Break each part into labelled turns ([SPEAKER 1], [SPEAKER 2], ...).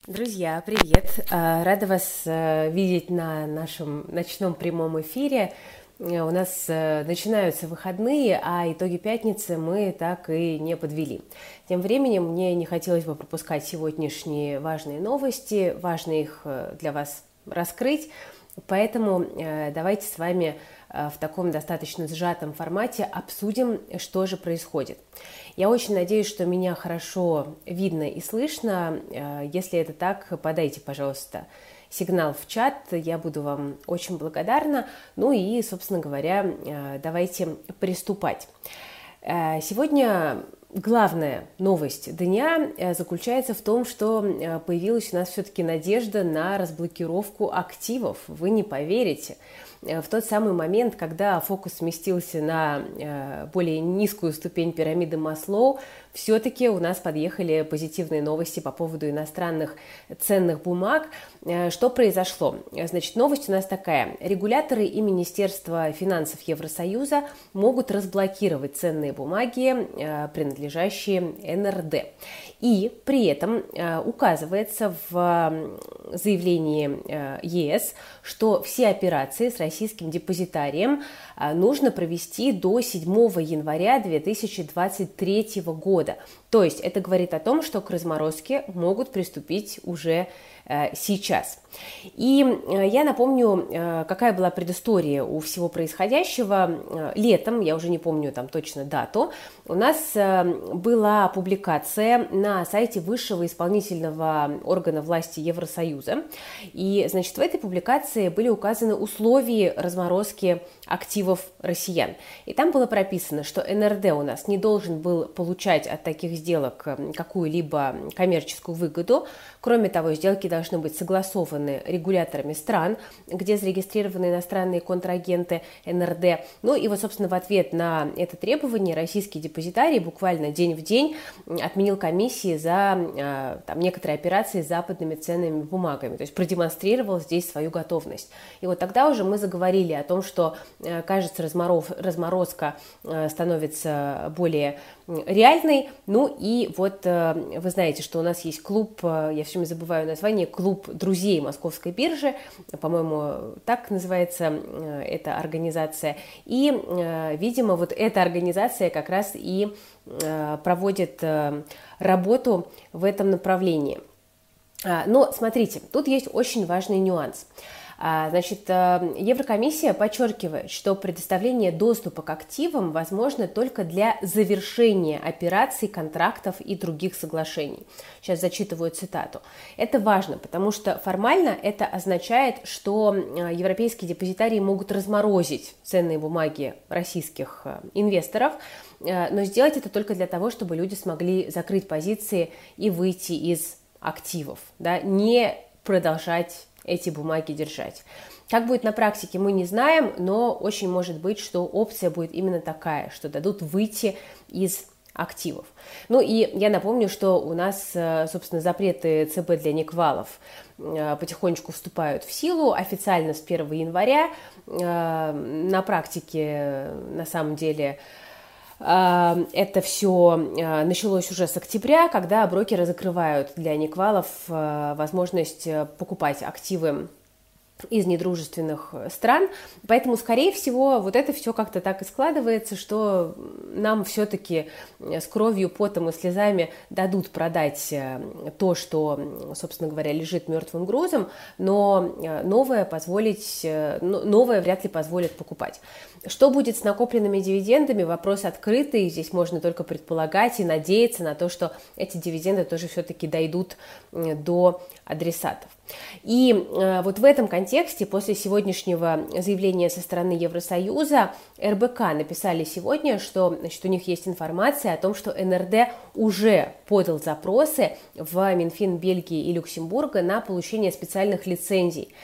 [SPEAKER 1] Друзья, привет! Рада вас видеть на нашем ночном прямом эфире. У нас начинаются выходные, а итоги пятницы мы так и не подвели. Тем временем мне не хотелось бы пропускать сегодняшние важные новости, важно их для вас раскрыть. Поэтому давайте с вами в таком достаточно сжатом формате обсудим, что же происходит. Я очень надеюсь, что меня хорошо видно и слышно. Если это так, подайте, пожалуйста, сигнал в чат, я буду вам очень благодарна. Ну и, собственно говоря, давайте приступать. Сегодня главная новость дня заключается в том, что появилась у нас все-таки надежда на разблокировку активов. Вы не поверите. В тот самый момент, когда фокус сместился на более низкую ступень пирамиды Маслоу, все-таки у нас подъехали позитивные новости по поводу иностранных ценных бумаг. Что произошло? Значит, новость у нас такая. Регуляторы и Министерство финансов Евросоюза могут разблокировать ценные бумаги, принадлежащие НРД. И при этом указывается в заявлении ЕС, что все операции с российским депозитарием нужно провести до 7 января 2023 года. То есть это говорит о том, что к разморозке могут приступить уже сейчас. И я напомню, какая была предыстория у всего происходящего. Летом, я уже не помню там точно дату, у нас была публикация на сайте высшего исполнительного органа власти Евросоюза. И, значит, в этой публикации были указаны условия разморозки активов россиян. И там было прописано, что НРД у нас не должен был получать от таких сделок какую-либо коммерческую выгоду. Кроме того, сделки должны быть согласованы регуляторами стран, где зарегистрированы иностранные контрагенты НРД. Ну и вот, собственно, в ответ на это требование российский депозитарий буквально день в день отменил комиссии за некоторые операции с западными ценными бумагами, то есть продемонстрировал здесь свою готовность. И вот тогда уже мы заговорили о том, что, кажется, разморозка становится более реальной. Ну и вот вы знаете, что у нас есть клуб, я все время забываю название, клуб друзей Московской биржи, по-моему, так называется эта организация. И, видимо, вот эта организация как раз и проводит работу в этом направлении. Но смотрите, тут есть очень важный нюанс. Значит, Еврокомиссия подчеркивает, что предоставление доступа к активам возможно только для завершения операций, контрактов и других соглашений. Сейчас зачитываю цитату. Это важно, потому что формально это означает, что европейские депозитарии могут разморозить ценные бумаги российских инвесторов, но сделать это только для того, чтобы люди смогли закрыть позиции и выйти из активов, да, не продолжать эти бумаги держать. Как будет на практике, мы не знаем, но очень может быть, что опция будет именно такая, что дадут выйти из активов. Ну и я напомню, что у нас, собственно, запреты ЦБ для неквалов потихонечку вступают в силу, официально с 1 января. На практике, на самом деле, это все началось уже с октября, когда брокеры закрывают для неквалов возможность покупать активы из недружественных стран, поэтому, скорее всего, вот это все как-то так и складывается, что нам все-таки с кровью, потом и слезами дадут продать то, что, собственно говоря, лежит мертвым грузом, но новое вряд ли позволят покупать. Что будет с накопленными дивидендами? Вопрос открытый, здесь можно только предполагать и надеяться на то, что эти дивиденды тоже все-таки дойдут до адресатов. И вот в этом контексте, после сегодняшнего заявления со стороны Евросоюза, РБК написали сегодня, что, значит, у них есть информация о том, что НРД уже подал запросы в Минфин Бельгии и Люксембурга на получение специальных лицензий.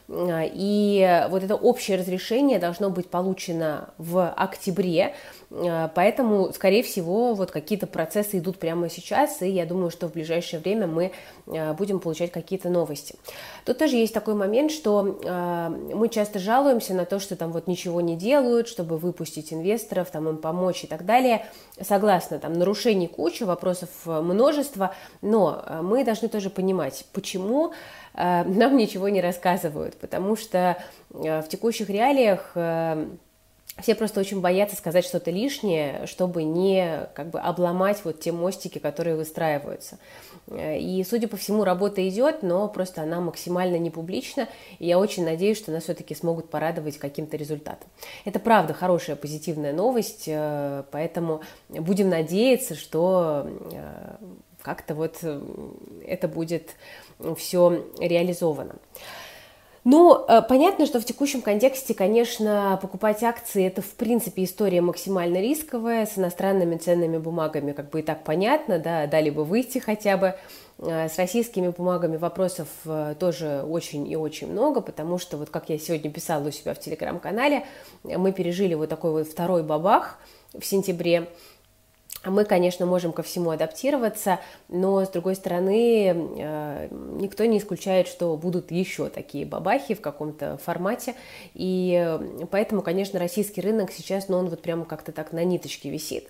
[SPEAKER 1] и вот это общее разрешение должно быть получено в октябре, поэтому, скорее всего, вот какие-то процессы идут прямо сейчас, и я думаю, что в ближайшее время мы будем получать какие-то новости. Тут тоже есть такой момент, что мы часто жалуемся на то, что там вот ничего не делают, чтобы выпустить инвесторов, там им помочь и так далее. Согласна, там нарушений куча, вопросов множество, но мы должны тоже понимать, почему нам ничего не рассказывают, потому что в текущих реалиях все просто очень боятся сказать что-то лишнее, чтобы не как бы обломать вот те мостики, которые выстраиваются. И, судя по всему, работа идет, но просто она максимально не публична, и я очень надеюсь, что нас все-таки смогут порадовать каким-то результатом. Это правда хорошая, позитивная новость, поэтому будем надеяться, что как-то вот это будет все реализовано. Ну, понятно, что в текущем контексте, конечно, покупать акции – это, в принципе, история максимально рисковая, с иностранными ценными бумагами как бы и так понятно, да, дали бы выйти хотя бы. С российскими бумагами вопросов тоже очень и очень много, потому что, вот как я сегодня писала у себя в Телеграм-канале, мы пережили вот такой вот второй бабах в сентябре. Мы, конечно, можем ко всему адаптироваться, но, с другой стороны, никто не исключает, что будут еще такие бабахи в каком-то формате, и поэтому, конечно, российский рынок сейчас, он вот прямо как-то так на ниточке висит,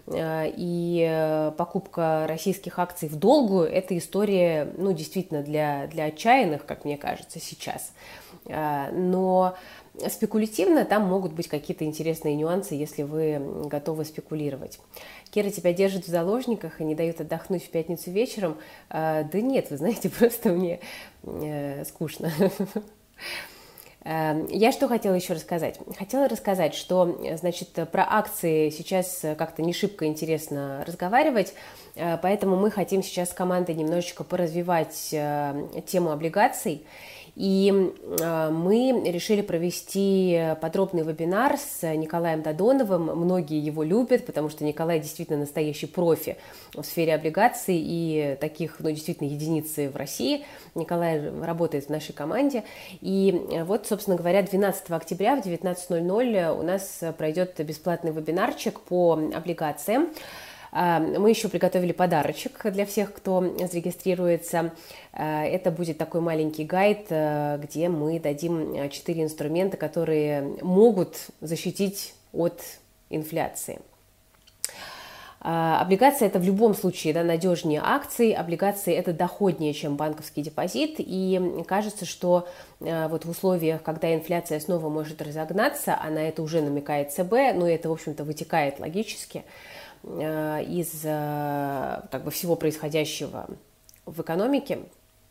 [SPEAKER 1] и покупка российских акций в долгую – это история, ну, действительно, для отчаянных, как мне кажется, сейчас, но спекулятивно там могут быть какие-то интересные нюансы, если вы готовы спекулировать. Кира тебя держит в заложниках и не дают отдохнуть в пятницу вечером. Да нет, вы знаете, просто мне скучно. Я что хотела еще рассказать? Хотела рассказать, что, значит, про акции сейчас как-то не шибко интересно разговаривать, поэтому мы хотим сейчас с командой немножечко поразвивать тему облигаций. И мы решили провести подробный вебинар с Николаем Додоновым. Многие его любят, потому что Николай действительно настоящий профи в сфере облигаций и таких, ну, действительно единицы в России. Николай работает в нашей команде. И вот, собственно говоря, 12 октября в 19:00 у нас пройдет бесплатный вебинарчик по облигациям. Мы еще приготовили подарочек для всех, кто зарегистрируется. Это будет такой маленький гайд, где мы дадим 4 инструмента, которые могут защитить от инфляции. Облигации – это в любом случае, да, надежнее акций, облигации – это доходнее, чем банковский депозит, и кажется, что вот в условиях, когда инфляция снова может разогнаться, а на это уже намекает ЦБ, но это, в общем-то, вытекает логически из как бы всего происходящего в экономике.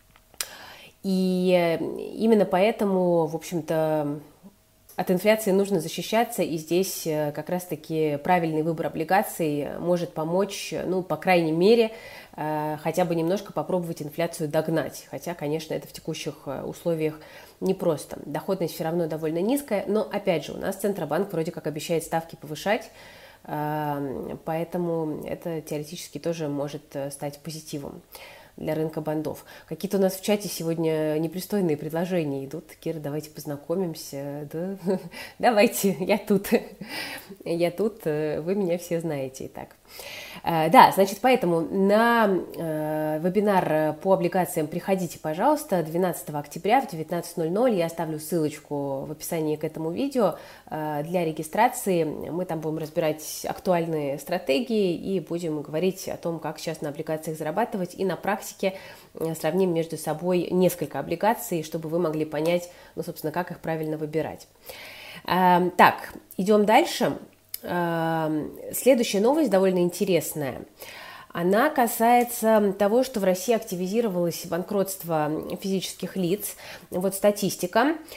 [SPEAKER 1] И именно поэтому, в общем-то, от инфляции нужно защищаться, и здесь как раз-таки правильный выбор облигаций может помочь, ну, по крайней мере, хотя бы немножко попробовать инфляцию догнать. Хотя, конечно, это в текущих условиях непросто. Доходность все равно довольно низкая, но, опять же, у нас Центробанк вроде как обещает ставки повышать, поэтому это теоретически тоже может стать позитивом для рынка бондов. Какие-то у нас в чате сегодня непристойные предложения идут. Кира, давайте познакомимся. Да? Давайте, я тут. Я тут, вы меня все знаете и так. Да, значит, поэтому на вебинар по облигациям приходите, пожалуйста, 12 октября в 19:00. Я оставлю ссылочку в описании к этому видео для регистрации. Мы там будем разбирать актуальные стратегии и будем говорить о том, как сейчас на облигациях зарабатывать. И на практике сравним между собой несколько облигаций, чтобы вы могли понять, ну, собственно, как их правильно выбирать. Так, идем дальше. Следующая новость довольно интересная. Она касается того, что в России активизировалось банкротство физических лиц. Вот статистика.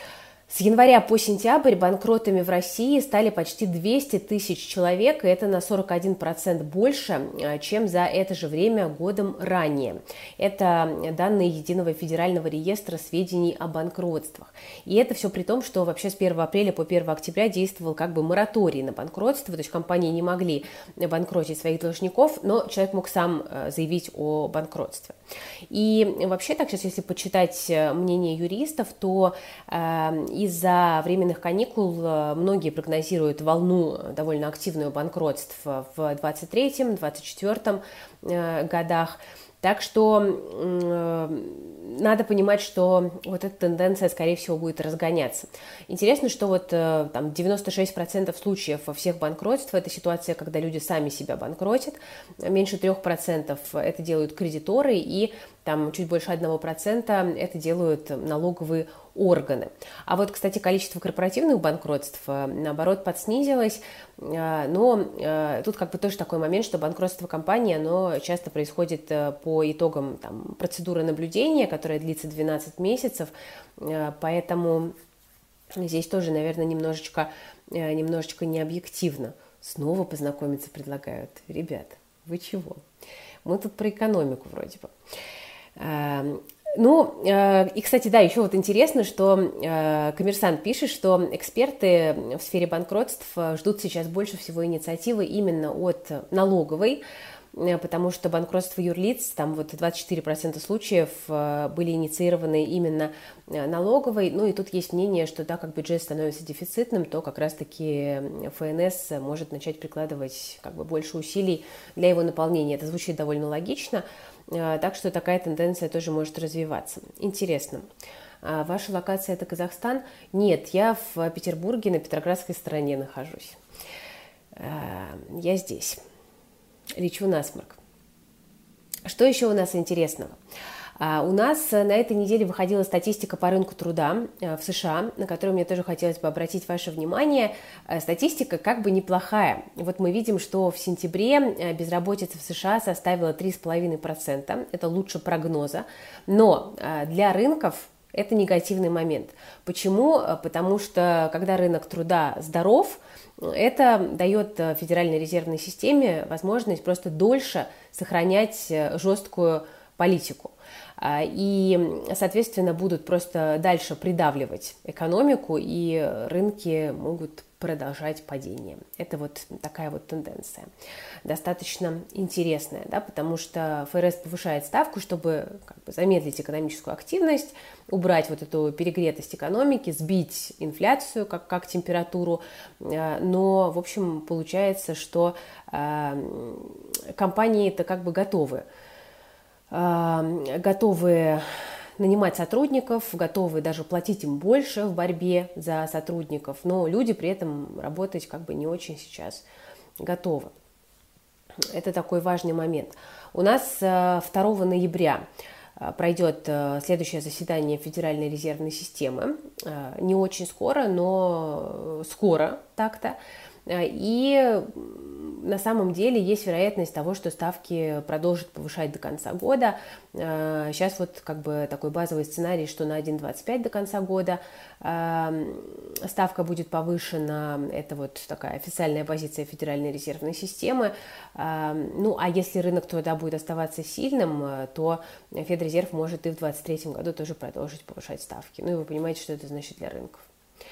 [SPEAKER 1] С января по сентябрь банкротами в России стали почти 200 тысяч человек, и это на 41% больше, чем за это же время годом ранее. Это данные Единого федерального реестра сведений о банкротствах. И это все при том, что вообще с 1 апреля по 1 октября действовал как бы мораторий на банкротство, то есть компании не могли банкротить своих должников, но человек мог сам заявить о банкротстве. И вообще так сейчас, если почитать мнение юристов, то из-за временных каникул многие прогнозируют волну довольно активную банкротств в 2023-2024 годах. Так что надо понимать, что вот эта тенденция, скорее всего, будет разгоняться. Интересно, что вот там 96% случаев во всех банкротств – это ситуация, когда люди сами себя банкротят, меньше 3% это делают кредиторы, и там чуть больше 1% это делают налоговые органы. А вот, кстати, количество корпоративных банкротств, наоборот, подснизилось, но тут как бы тоже такой момент, что банкротство компании, оно часто происходит по итогам там, процедуры наблюдения, которая длится 12 месяцев, поэтому здесь тоже, наверное, немножечко необъективно. Снова познакомиться предлагают. Ребят, вы чего? Мы тут про экономику вроде бы. Ну, и, кстати, да, еще вот интересно, что «Коммерсант» пишет, что эксперты в сфере банкротств ждут сейчас больше всего инициативы именно от налоговой, потому что банкротство юрлиц, там вот 24% случаев были инициированы именно налоговой. Ну и тут есть мнение, что так как бюджет становится дефицитным, то как раз-таки ФНС может начать прикладывать как бы больше усилий для его наполнения. Это звучит довольно логично, так что такая тенденция тоже может развиваться. Интересно. Ваша локация – это Казахстан? Нет, я в Петербурге, на Петроградской стороне нахожусь. Я здесь. Лечу насморк. Что еще у нас интересного? У нас на этой неделе выходила статистика по рынку труда в США, на которую мне тоже хотелось бы обратить ваше внимание. Статистика как бы неплохая. Вот мы видим, что в сентябре безработица в США составила 3,5%. Это лучше прогноза. Но для рынков это негативный момент. Почему? Потому что когда рынок труда здоров, это дает Федеральной резервной системе возможность просто дольше сохранять жесткую политику. И, соответственно, будут просто дальше придавливать экономику, и рынки могут продолжать падение. Это вот такая вот тенденция. Достаточно интересная, да, потому что ФРС повышает ставку, чтобы как бы замедлить экономическую активность, убрать вот эту перегретость экономики, сбить инфляцию как температуру. Но, в общем, получается, что компании-то как бы готовы нанимать сотрудников, готовы даже платить им больше в борьбе за сотрудников, но люди при этом работать как бы не очень сейчас готовы. Это такой важный момент. У нас 2 ноября пройдет следующее заседание Федеральной резервной системы. Не очень скоро, но скоро так-то. И на самом деле есть вероятность того, что ставки продолжат повышать до конца года. Сейчас вот как бы такой базовый сценарий, что на 1,25 до конца года ставка будет повышена. Это вот такая официальная позиция Федеральной резервной системы. Ну, а если рынок труда будет оставаться сильным, то Федрезерв может и в 2023 году тоже продолжить повышать ставки. Ну и вы понимаете, что это значит для рынков.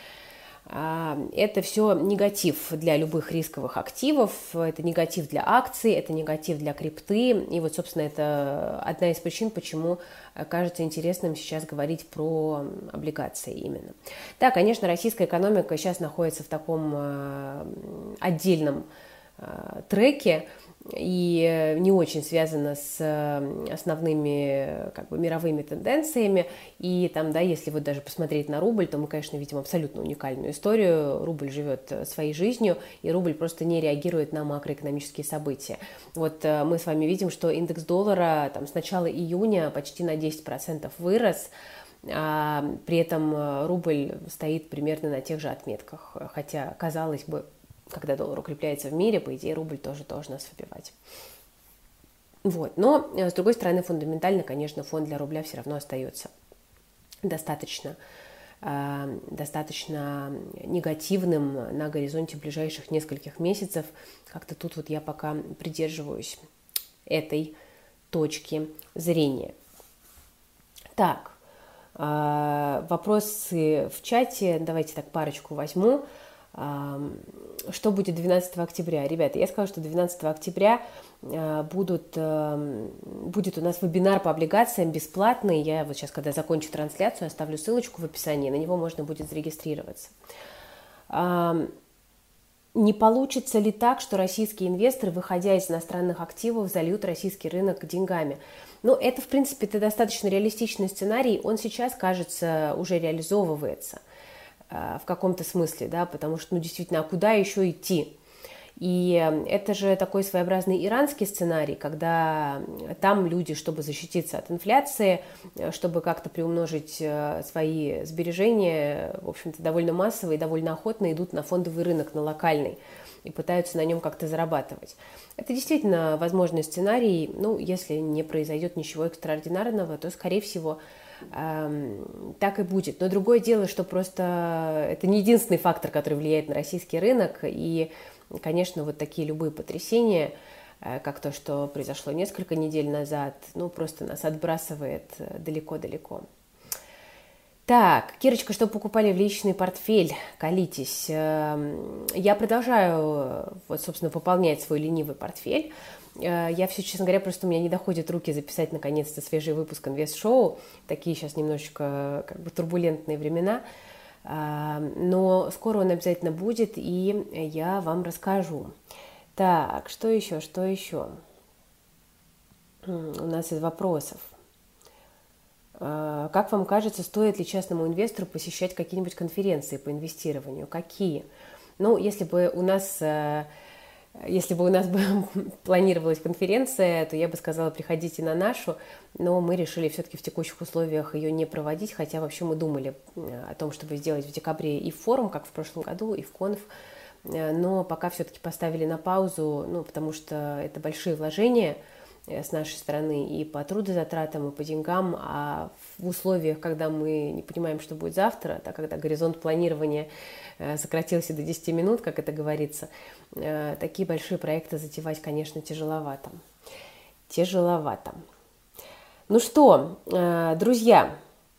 [SPEAKER 1] Это все негатив для любых рисковых активов, это негатив для акций, это негатив для крипты. И вот, собственно, это одна из причин, почему кажется интересным сейчас говорить про облигации именно. Да, конечно, российская экономика сейчас находится в таком отдельном треке и не очень связана с основными как бы мировыми тенденциями. И там, да, если вот даже посмотреть на рубль, то мы, конечно, видим абсолютно уникальную историю. Рубль живет своей жизнью, и рубль просто не реагирует на макроэкономические события. Вот мы с вами видим, что индекс доллара там с начала июня почти на 10% вырос, а при этом рубль стоит примерно на тех же отметках, хотя, казалось бы, когда доллар укрепляется в мире, по идее, рубль тоже должен нас выбивать. Вот. Но, с другой стороны, фундаментально, конечно, фонд для рубля все равно остается достаточно достаточно негативным на горизонте ближайших нескольких месяцев. Как-то тут вот я пока придерживаюсь этой точки зрения. Так, вопросы в чате, давайте так парочку возьму. Что будет 12 октября? Ребята, я сказала, что 12 октября будет у нас вебинар по облигациям бесплатный. Я вот сейчас, когда закончу трансляцию, оставлю ссылочку в описании, на него можно будет зарегистрироваться. Не получится ли так, что российские инвесторы, выходя из иностранных активов, зальют российский рынок деньгами? Ну, это, в принципе, это достаточно реалистичный сценарий. Он сейчас, кажется, уже реализовывается в каком-то смысле, да, потому что, ну, действительно, а куда еще идти? И это же такой своеобразный иранский сценарий, когда там люди, чтобы защититься от инфляции, чтобы как-то приумножить свои сбережения, в общем-то, довольно массово и довольно охотно идут на фондовый рынок, на локальный, и пытаются на нем как-то зарабатывать. Это действительно возможный сценарий, ну, если не произойдет ничего экстраординарного, то, скорее всего, так и будет. Но другое дело, что просто это не единственный фактор, который влияет на российский рынок, и, конечно, вот такие любые потрясения, как то, что произошло несколько недель назад, ну, просто нас отбрасывает далеко-далеко. Так, Кирочка, что покупали в личный портфель? Колитесь. Я продолжаю, вот, собственно, пополнять свой ленивый портфель. Я все, честно говоря, просто у меня не доходят руки записать наконец-то свежий выпуск инвест-шоу. Такие сейчас немножечко как бы турбулентные времена. Но скоро он обязательно будет, и я вам расскажу. Так, что еще, что еще? У нас из вопросов. Как вам кажется, стоит ли частному инвестору посещать какие-нибудь конференции по инвестированию? Какие? Ну, если бы у нас бы планировалась конференция, то я бы сказала, приходите на нашу, но мы решили все-таки в текущих условиях ее не проводить, хотя вообще мы думали о том, чтобы сделать в декабре и форум, как в прошлом году, и в конф, но пока все-таки поставили на паузу, ну, потому что это большие вложения с нашей стороны и по трудозатратам, и по деньгам, а в условиях, когда мы не понимаем, что будет завтра, так когда горизонт планирования сократился до 10 минут, как это говорится, такие большие проекты затевать, конечно, тяжеловато. Тяжеловато. Ну что, друзья,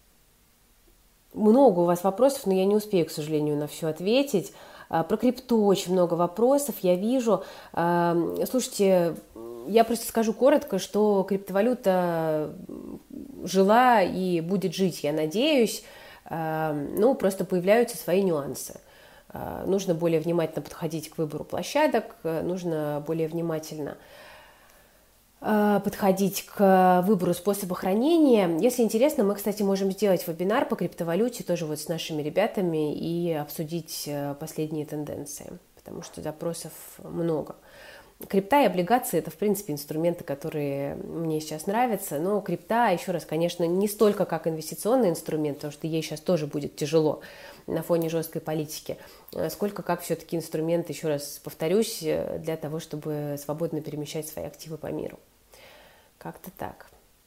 [SPEAKER 1] много у вас вопросов, но я не успею, к сожалению, на все ответить. Про крипту очень много вопросов, я вижу. Слушайте, я просто скажу коротко, что криптовалюта жила и будет жить, я надеюсь. Ну, просто появляются свои нюансы. Нужно более внимательно подходить к выбору площадок, нужно более внимательно подходить к выбору способа хранения. Если интересно, мы, кстати, можем сделать вебинар по криптовалюте тоже вот с нашими ребятами и обсудить последние тенденции, потому что запросов много. Крипта и облигации – это, в принципе, инструменты, которые мне сейчас нравятся, но крипта, еще раз, конечно, не столько как инвестиционный инструмент, потому что ей сейчас тоже будет тяжело на фоне жесткой политики, сколько как все-таки инструмент, еще раз повторюсь, для того, чтобы свободно перемещать свои активы по миру. Как-то так.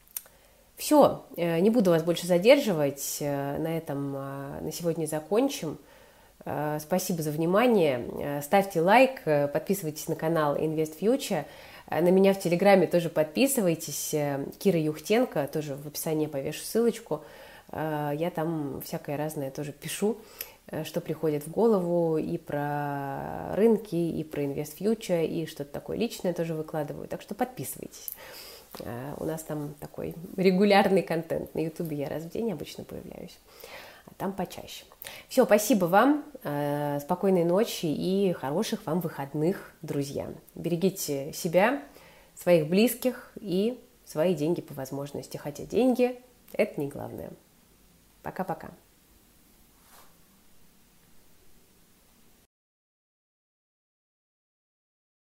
[SPEAKER 1] Все, не буду вас больше задерживать, на этом на сегодня закончим. Спасибо за внимание. Ставьте лайк, подписывайтесь на канал Invest Future. На меня в Телеграме тоже подписывайтесь. Кира Юхтенко, тоже в описании повешу ссылочку. Я там всякое разное тоже пишу, что приходит в голову, и про рынки, и про Invest Future, и что-то такое личное тоже выкладываю. Так что подписывайтесь. У нас там такой регулярный контент. На Ютубе я раз в день обычно появляюсь, а там почаще. Все, спасибо вам, спокойной ночи и хороших вам выходных, друзья. Берегите себя, своих близких и свои деньги по возможности. Хотя деньги – это не главное. Пока-пока.